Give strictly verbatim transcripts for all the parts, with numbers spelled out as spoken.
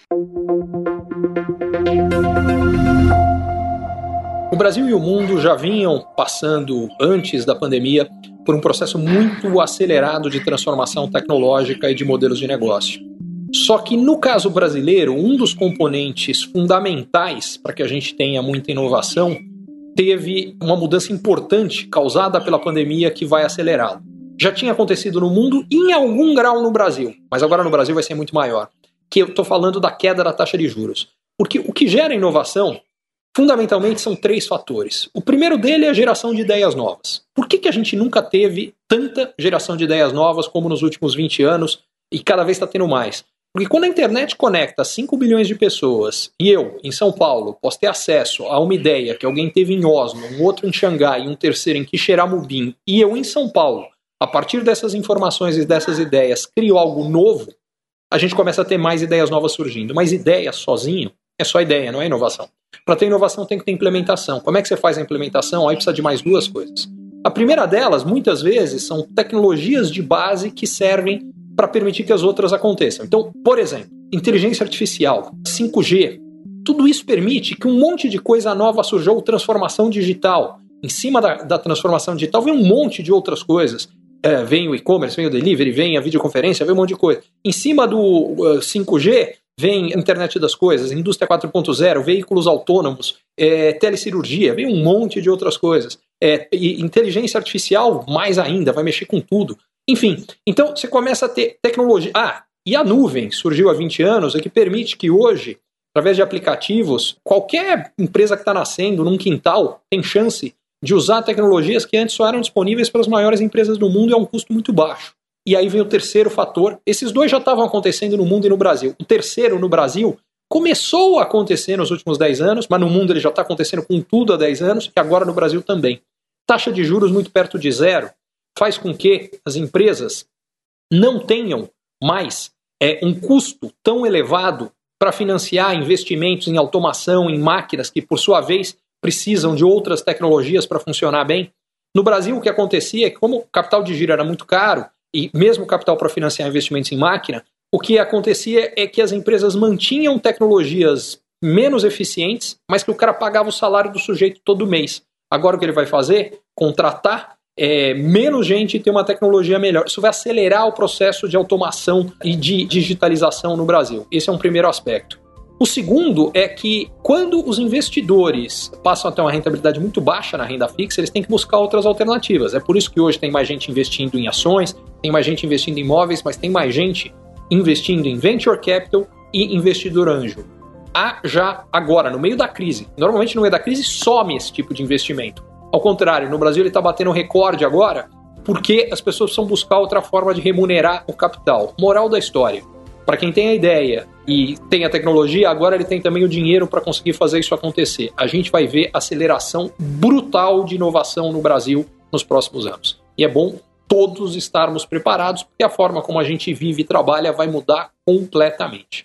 O Brasil e o mundo já vinham passando, antes da pandemia, por um processo muito acelerado de transformação tecnológica e de modelos de negócio. Só que no caso brasileiro, um dos componentes fundamentais para que a gente tenha muita inovação teve uma mudança importante causada pela pandemia que vai acelerá-lo. Já tinha acontecido no mundo e em algum grau no Brasil, mas agora no Brasil vai ser muito maior, que eu estou falando da queda da taxa de juros. Porque o que gera inovação, fundamentalmente, são três fatores. O primeiro dele é a geração de ideias novas. Por que que a gente nunca teve tanta geração de ideias novas como nos últimos vinte anos e cada vez está tendo mais? Porque quando a internet conecta cinco bilhões de pessoas e eu, em São Paulo, posso ter acesso a uma ideia que alguém teve em Oslo, um outro em Xangai e um terceiro em Quixeramobim, e eu, em São Paulo, a partir dessas informações e dessas ideias, crio algo novo, a gente começa a ter mais ideias novas surgindo. Mas ideia sozinho é só ideia, não é inovação. Para ter inovação tem que ter implementação. Como é que você faz a implementação? Aí precisa de mais duas coisas. A primeira delas, muitas vezes, são tecnologias de base que servem para permitir que as outras aconteçam. Então, por exemplo, inteligência artificial, cinco G, tudo isso permite que um monte de coisa nova surja, ou transformação digital. Em cima da, da transformação digital vem um monte de outras coisas. É, vem o e-commerce, vem o delivery, vem a videoconferência, vem um monte de coisa. Em cima do uh, cinco G, vem a internet das coisas, indústria quatro ponto zero, veículos autônomos, é, telecirurgia, vem um monte de outras coisas. É, e inteligência artificial, mais ainda, vai mexer com tudo. Enfim, então você começa a ter tecnologia. Ah, e a nuvem surgiu há vinte anos, é que permite que hoje, através de aplicativos, qualquer empresa que está nascendo num quintal tem chance de usar tecnologias que antes só eram disponíveis para as maiores empresas do mundo e a um custo muito baixo. E aí vem o terceiro fator. Esses dois já estavam acontecendo no mundo e no Brasil. O terceiro, no Brasil, começou a acontecer nos últimos dez anos, mas no mundo ele já está acontecendo com tudo há dez anos, e agora no Brasil também. Taxa de juros muito perto de zero faz com que as empresas não tenham mais é, um custo tão elevado para financiar investimentos em automação, em máquinas que, por sua vez, precisam de outras tecnologias para funcionar bem. No Brasil, o que acontecia é que, como o capital de giro era muito caro, e mesmo o capital para financiar investimentos em máquina, o que acontecia é que as empresas mantinham tecnologias menos eficientes, mas que o cara pagava o salário do sujeito todo mês. Agora o que ele vai fazer? Contratar é, menos gente e ter uma tecnologia melhor. Isso vai acelerar o processo de automação e de digitalização no Brasil. Esse é um primeiro aspecto. O segundo é que quando os investidores passam a ter uma rentabilidade muito baixa na renda fixa, eles têm que buscar outras alternativas. É por isso que hoje tem mais gente investindo em ações, tem mais gente investindo em imóveis, mas tem mais gente investindo em venture capital e investidor anjo. Há já agora, no meio da crise, normalmente no meio da crise some esse tipo de investimento. Ao contrário, no Brasil ele está batendo recorde agora porque as pessoas precisam buscar outra forma de remunerar o capital. Moral da história. Para quem tem a ideia e tem a tecnologia, agora ele tem também o dinheiro para conseguir fazer isso acontecer. A gente vai ver aceleração brutal de inovação no Brasil nos próximos anos. E é bom todos estarmos preparados, porque a forma como a gente vive e trabalha vai mudar completamente.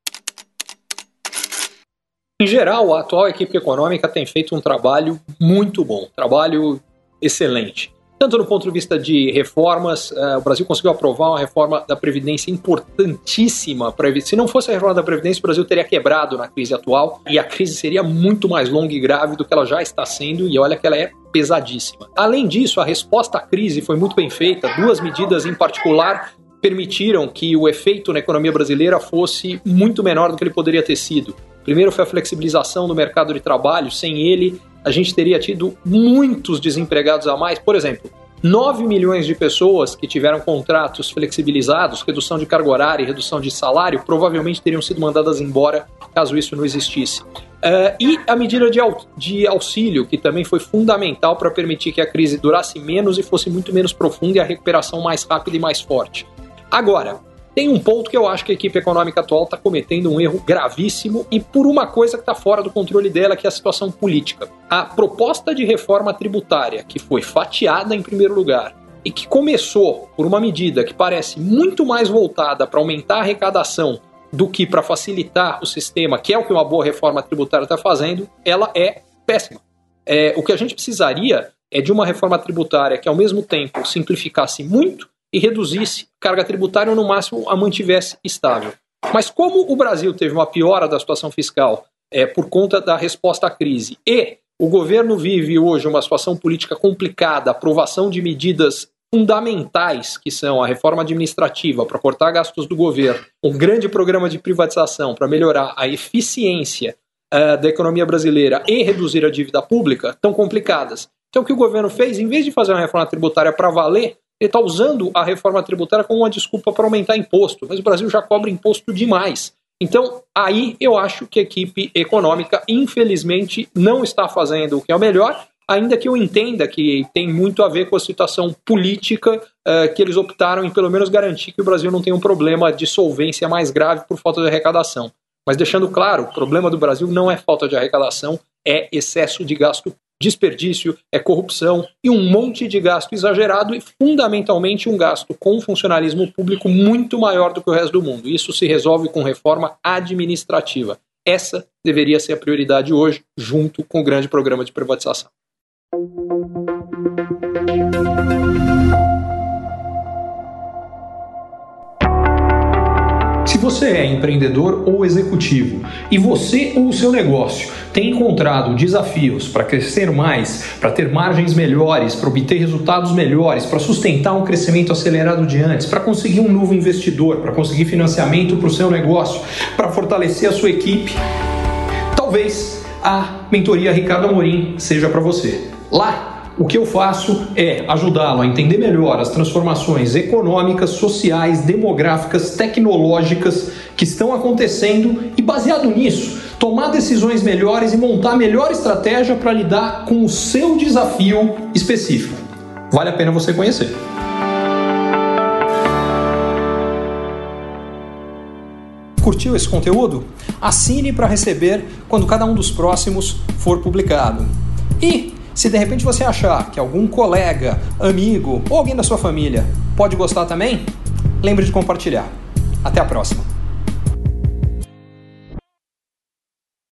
Em geral, a atual equipe econômica tem feito um trabalho muito bom, trabalho excelente. Tanto no ponto de vista de reformas, uh, o Brasil conseguiu aprovar uma reforma da Previdência importantíssima. Pra, se não fosse a reforma da Previdência, o Brasil teria quebrado na crise atual e a crise seria muito mais longa e grave do que ela já está sendo, e olha que ela é pesadíssima. Além disso, a resposta à crise foi muito bem feita. Duas medidas em particular permitiram que o efeito na economia brasileira fosse muito menor do que ele poderia ter sido. Primeiro foi a flexibilização do mercado de trabalho. Sem ele, a gente teria tido muitos desempregados a mais. Por exemplo, nove milhões de pessoas que tiveram contratos flexibilizados, redução de carga horária e redução de salário, provavelmente teriam sido mandadas embora caso isso não existisse. Uh, e a medida de, au- de auxílio, que também foi fundamental para permitir que a crise durasse menos e fosse muito menos profunda e a recuperação mais rápida e mais forte. Agora, tem um ponto que eu acho que a equipe econômica atual está cometendo um erro gravíssimo e por uma coisa que está fora do controle dela, que é a situação política. A proposta de reforma tributária, que foi fatiada em primeiro lugar e que começou por uma medida que parece muito mais voltada para aumentar a arrecadação do que para facilitar o sistema, que é o que uma boa reforma tributária está fazendo, ela é péssima. É, o que a gente precisaria é de uma reforma tributária que ao mesmo tempo simplificasse muito e reduzisse a carga tributária ou no máximo a mantivesse estável. Mas como o Brasil teve uma piora da situação fiscal é, por conta da resposta à crise e o governo vive hoje uma situação política complicada, aprovação de medidas fundamentais, que são a reforma administrativa para cortar gastos do governo, um grande programa de privatização para melhorar a eficiência uh, da economia brasileira e reduzir a dívida pública, estão complicadas. Então o que o governo fez, em vez de fazer uma reforma tributária para valer, ele está usando a reforma tributária como uma desculpa para aumentar imposto, mas o Brasil já cobra imposto demais. Então, aí eu acho que a equipe econômica, infelizmente, não está fazendo o que é o melhor, ainda que eu entenda que tem muito a ver com a situação política, uh, que eles optaram em pelo menos garantir que o Brasil não tem um problema de solvência mais grave por falta de arrecadação. Mas deixando claro, o problema do Brasil não é falta de arrecadação, é excesso de gasto, desperdício, é corrupção e um monte de gasto exagerado e, fundamentalmente, um gasto com funcionalismo público muito maior do que o resto do mundo. Isso se resolve com reforma administrativa. Essa deveria ser a prioridade hoje, junto com o grande programa de privatização. Se você é empreendedor ou executivo e você ou o seu negócio tem encontrado desafios para crescer mais, para ter margens melhores, para obter resultados melhores, para sustentar um crescimento acelerado de antes, para conseguir um novo investidor, para conseguir financiamento para o seu negócio, para fortalecer a sua equipe, talvez a mentoria Ricardo Amorim seja para você. Lá, o que eu faço é ajudá-lo a entender melhor as transformações econômicas, sociais, demográficas, tecnológicas que estão acontecendo e, baseado nisso, tomar decisões melhores e montar a melhor estratégia para lidar com o seu desafio específico. Vale a pena você conhecer. Curtiu esse conteúdo? Assine para receber quando cada um dos próximos for publicado. E se de repente você achar que algum colega, amigo ou alguém da sua família pode gostar também, lembre de compartilhar. Até a próxima!